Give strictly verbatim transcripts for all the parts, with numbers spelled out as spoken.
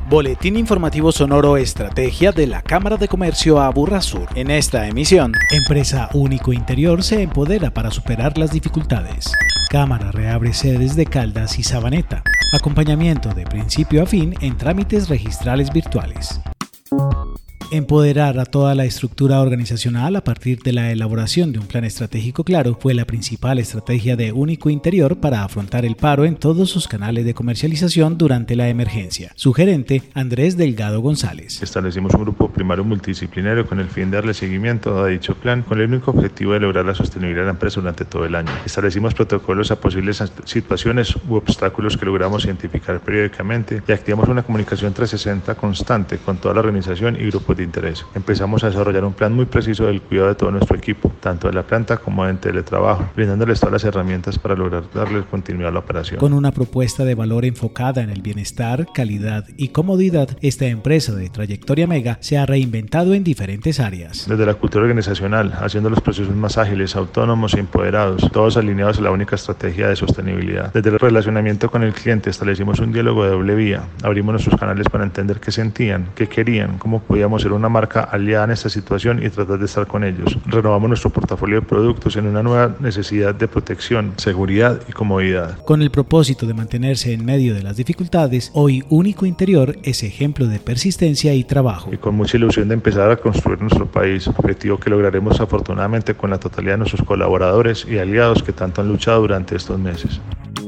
Boletín informativo sonoro Estrategia de la Cámara de Comercio Aburrasur. En esta emisión, Empresa Único Interior se empodera para superar las dificultades. Cámara reabre sedes de Caldas y Sabaneta. Acompañamiento de principio a fin en trámites registrales virtuales. Empoderar a toda la estructura organizacional a partir de la elaboración de un plan estratégico claro fue la principal estrategia de Único Interior para afrontar el paro en todos sus canales de comercialización durante la emergencia. Su gerente, Andrés Delgado González. Establecimos un grupo primario multidisciplinario con el fin de darle seguimiento a dicho plan con el único objetivo de lograr la sostenibilidad de la empresa durante todo el año. Establecimos protocolos a posibles situaciones u obstáculos que logramos identificar periódicamente y activamos una comunicación trescientos sesenta constante con toda la organización y grupos de interés. Empezamos a desarrollar un plan muy preciso del cuidado de todo nuestro equipo, tanto de la planta como en teletrabajo, brindándoles todas las herramientas para lograr darle continuidad a la operación. Con una propuesta de valor enfocada en el bienestar, calidad y comodidad, esta empresa de trayectoria mega se ha reinventado en diferentes áreas. Desde la cultura organizacional, haciendo los procesos más ágiles, autónomos e empoderados, todos alineados a la única estrategia de sostenibilidad. Desde el relacionamiento con el cliente, establecimos un diálogo de doble vía, abrimos nuestros canales para entender qué sentían, qué querían, cómo podíamos ser una marca aliada en esta situación y tratar de estar con ellos. Renovamos nuestro portafolio de productos en una nueva necesidad de protección, seguridad y comodidad. Con el propósito de mantenerse en medio de las dificultades, hoy Único Interior es ejemplo de persistencia y trabajo. Y con mucha ilusión de empezar a construir nuestro país, objetivo que lograremos afortunadamente con la totalidad de nuestros colaboradores y aliados que tanto han luchado durante estos meses.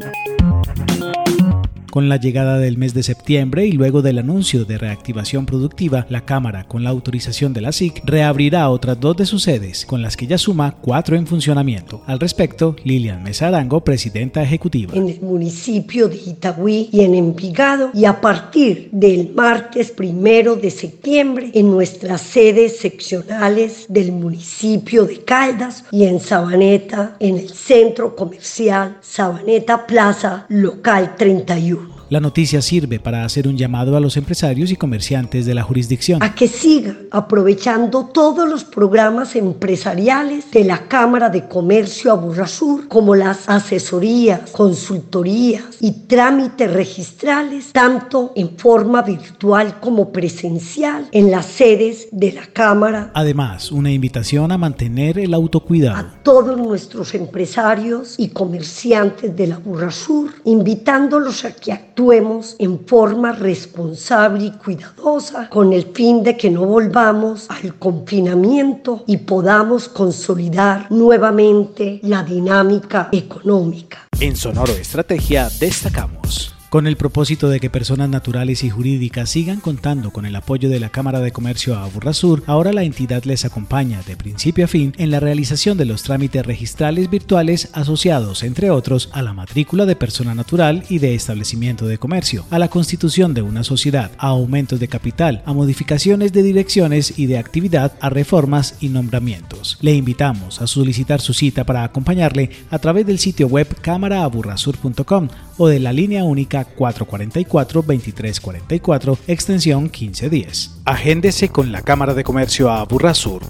Con la llegada del mes de septiembre y luego del anuncio de reactivación productiva, la Cámara, con la autorización de la S I C, reabrirá otras dos de sus sedes, con las que ya suma cuatro en funcionamiento. Al respecto, Lilian Mesa Arango, presidenta ejecutiva. En el municipio de Itagüí y en Envigado, y a partir del martes primero de septiembre en nuestras sedes seccionales del municipio de Caldas y en Sabaneta, en el centro comercial Sabaneta Plaza, local treinta y uno. La noticia sirve para hacer un llamado a los empresarios y comerciantes de la jurisdicción a que sigan aprovechando todos los programas empresariales de la Cámara de Comercio Aburrasur, como las asesorías, consultorías y trámites registrales, tanto en forma virtual como presencial en las sedes de la Cámara. Además, una invitación a mantener el autocuidado. A todos nuestros empresarios y comerciantes de la Aburrasur, invitándolos a que actúen Actuemos en forma responsable y cuidadosa con el fin de que no volvamos al confinamiento y podamos consolidar nuevamente la dinámica económica. En Sonoro Estrategia destacamos. Con el propósito de que personas naturales y jurídicas sigan contando con el apoyo de la Cámara de Comercio Aburrasur, ahora la entidad les acompaña de principio a fin en la realización de los trámites registrales virtuales asociados, entre otros, a la matrícula de persona natural y de establecimiento de comercio, a la constitución de una sociedad, a aumentos de capital, a modificaciones de direcciones y de actividad, a reformas y nombramientos. Le invitamos a solicitar su cita para acompañarle a través del sitio web cámara aburrasur punto com o de la línea única cuatro cuatro cuatro, veintitrés cuarenta y cuatro, extensión quince diez. Agéndese con la Cámara de Comercio Aburrasur.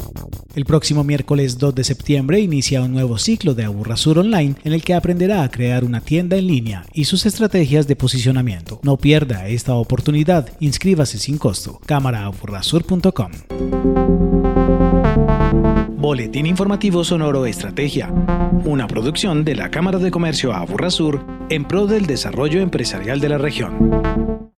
El próximo miércoles dos de septiembre inicia un nuevo ciclo de Aburrasur Online en el que aprenderá a crear una tienda en línea y sus estrategias de posicionamiento. No pierda esta oportunidad. Inscríbase sin costo. cámara aburrasur punto com. Boletín informativo sonoro Estrategia, una producción de la Cámara de Comercio Aburrasur en pro del desarrollo empresarial de la región.